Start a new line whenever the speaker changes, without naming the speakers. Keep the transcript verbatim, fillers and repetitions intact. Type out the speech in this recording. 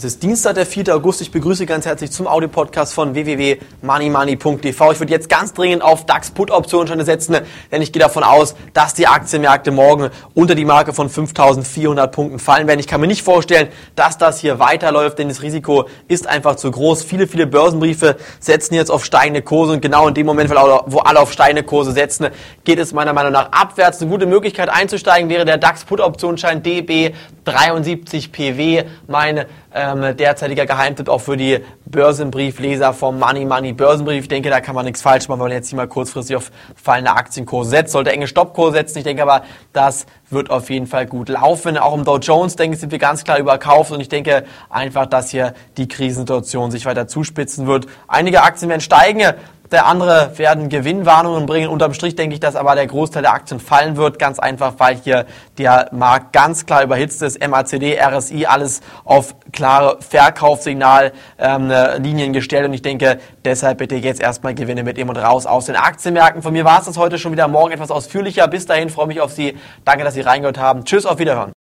Es ist Dienstag, der vierte August. Ich begrüße ganz herzlich zum Audio-Podcast von w w w punkt money money punkt t v. Ich würde jetzt ganz dringend auf DAX-Put-Optionen setzen, denn ich gehe davon aus, dass die Aktienmärkte morgen unter die Marke von fünftausendvierhundert Punkten fallen werden. Ich kann mir nicht vorstellen, dass das hier weiterläuft, denn das Risiko ist einfach zu groß. Viele, viele Börsenbriefe setzen jetzt auf steigende Kurse und genau in dem Moment, wo alle auf steigende Kurse setzen, geht es meiner Meinung nach abwärts. Eine gute Möglichkeit einzusteigen wäre der DAX-Put-Optionsschein D B dreiundsiebzig P W. Mein ähm, derzeitiger Geheimtipp auch für die Börsenbriefleser vom Money Money Börsenbrief. Ich denke, da kann man nichts falsch machen, wenn man jetzt hier mal kurzfristig auf fallende Aktienkurse setzt. Sollte enge Stoppkurse setzen. Ich denke aber, das wird auf jeden Fall gut laufen. Auch im Dow Jones, denke ich, sind wir ganz klar überkauft und ich denke einfach, dass hier die Krisensituation sich weiter zuspitzen wird. Einige Aktien werden steigen. Der andere werden Gewinnwarnungen bringen. Unterm Strich denke ich, dass aber der Großteil der Aktien fallen wird. Ganz einfach, weil hier der Markt ganz klar überhitzt ist. M A C D, R S I, alles auf klare Verkaufssignallinien ähm, gestellt. Und ich denke, deshalb bitte jetzt erstmal Gewinne mitnehmen und raus aus den Aktienmärkten. Von mir war es das heute schon wieder. Morgen etwas ausführlicher. Bis dahin, freue mich auf Sie. Danke, dass Sie reingehört haben. Tschüss, auf Wiederhören.